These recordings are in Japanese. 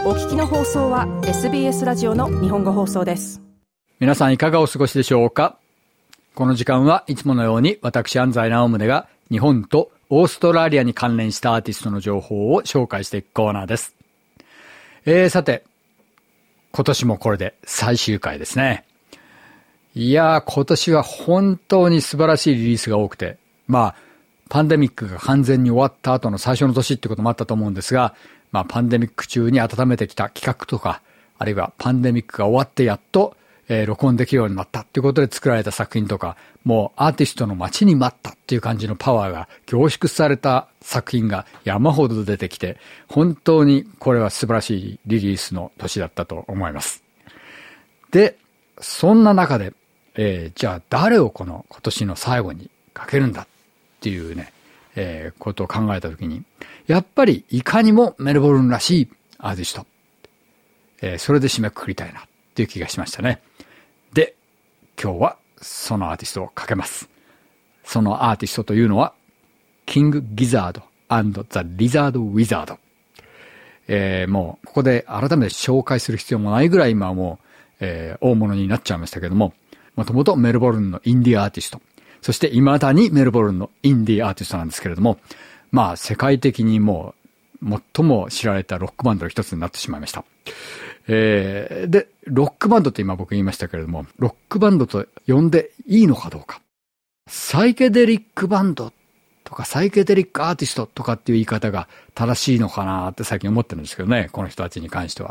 お聞きの放送は SBS ラジオの日本語放送です。 皆さんいかがお過ごしでしょうか。この時間はいつものように私安西直宗が日本とオーストラリアに関連したアーティストの情報を紹介していくコーナーです。さて今年もこれで最終回ですね。いやー、今年は本当に素晴らしいリリースが多くて、パンデミックが完全に終わった後の最初の年ってこともあったと思うんですが、パンデミック中に温めてきた企画とか、あるいはパンデミックが終わってやっと、録音できるようになったっていうことで作られた作品とか、もうアーティストの待ちに待ったっていう感じのパワーが凝縮された作品が山ほど出てきて、本当にこれは素晴らしいリリースの年だったと思います。で、そんな中で、じゃあ誰を今年の最後にかけるんだっていうね、ことを考えたときに、やっぱりいかにもメルボルンらしいアーティスト、それで締めくくりたいなっていう気がしましたね。で、今日はそのアーティストをかけます。そのアーティストというのは、キング・ギザード&ザ・リザード・ウィザード。もうここで改めて紹介する必要もないぐらい今はもう、大物になっちゃいましたけども、もともとメルボルンのインディーアーティスト、そして未だにメルボルンのインディーアーティストなんですけれども、世界的にもう最も知られたロックバンドの一つになってしまいました。で、ロックバンドって今僕言いましたけれども、ロックバンドと呼んでいいのかどうか。サイケデリックバンドとかサイケデリックアーティストとかっていう言い方が正しいのかなって最近思ってるんですけどね、この人たちに関しては。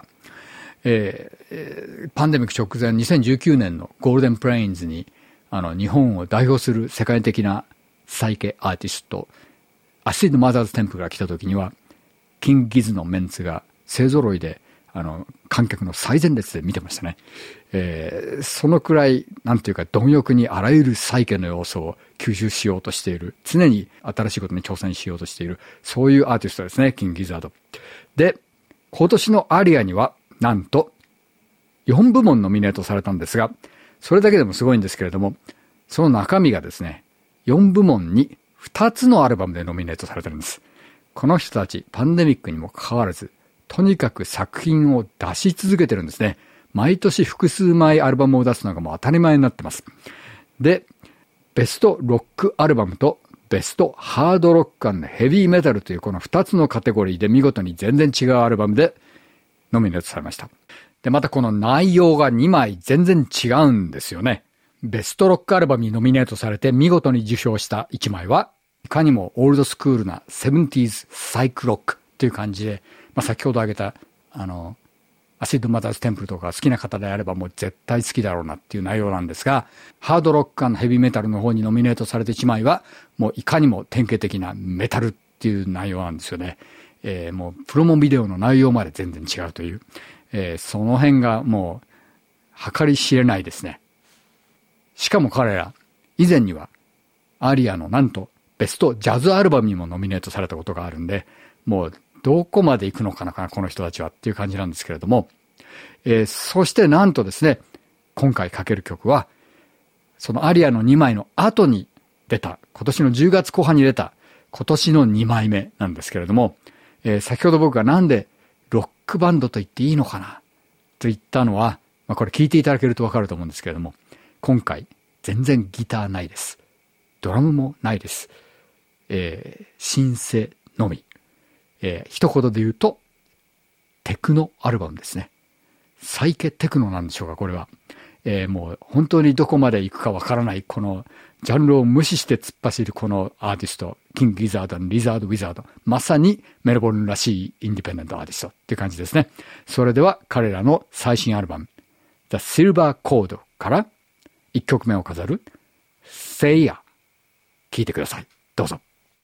パンデミック直前2019年のゴールデンプレインズに日本を代表する世界的なサイケアーティストアシッドマザーズテンプルが来た時にはキングギズのメンツが勢揃いで観客の最前列で見てましたね。そのくらいなんていうか貪欲にあらゆるサイケの要素を吸収しようとしている、常に新しいことに挑戦しようとしている、そういうアーティストですね、キングギザードで。今年のアリアにはなんと4部門ノミネートされたんですが、それだけでもすごいんですけれども、その中身がですね、4部門に2つのアルバムでノミネートされてるんです。この人たちパンデミックにもかかわらず、とにかく作品を出し続けてるんですね。毎年複数枚アルバムを出すのがもう当たり前になってます。で、ベストロックアルバムとベストハードロック&ヘビーメタルというこの2つのカテゴリーで見事に全然違うアルバムでノミネートされました。で、またこの内容が2枚全然違うんですよね。ベストロックアルバムにノミネートされて見事に受賞した1枚はいかにもオールドスクールな 70s サイクロックという感じで、先ほど挙げたアシッドマザーズテンプルとか好きな方であればもう絶対好きだろうなっていう内容なんですが、ハードロック&ヘビーメタルの方にノミネートされて1枚はもういかにも典型的なメタルっていう内容なんですよね。もうプロモビデオの内容まで全然違うという、その辺がもう計り知れないですね。しかも彼ら以前にはアリアのなんとベストジャズアルバムにもノミネートされたことがあるんで、もうどこまで行くのかなこの人たちはっていう感じなんですけれども、そしてなんとですね、今回かける曲はそのアリアの2枚の後に出た、今年の10月後半に出た今年の2枚目なんですけれども、先ほど僕がなんでロックバンドと言っていいのかなと言ったのは、これ聞いていただけるとわかると思うんですけれども、今回全然ギターないです。ドラムもないです。シンセのみ。一言で言うとテクノアルバムですね。サイケテクノなんでしょうか、これは。もう本当にどこまで行くかわからないこのジャンルを無視して突っ走るこのアーティスト、キングギザード&リザード・ウィザード、まさにメルボルンらしいインディペンデントアーティストっていう感じですね。それでは彼らの最新アルバム The Silver Code から1曲目を飾る Say Ya、 聴いてください。どうぞ。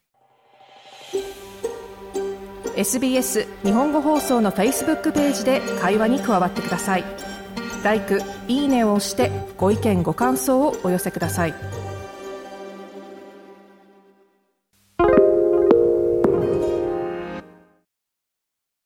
SBS 日本語放送の Facebook ページで会話に加わってください。LIKE、いいねを押してご意見ご感想をお寄せください。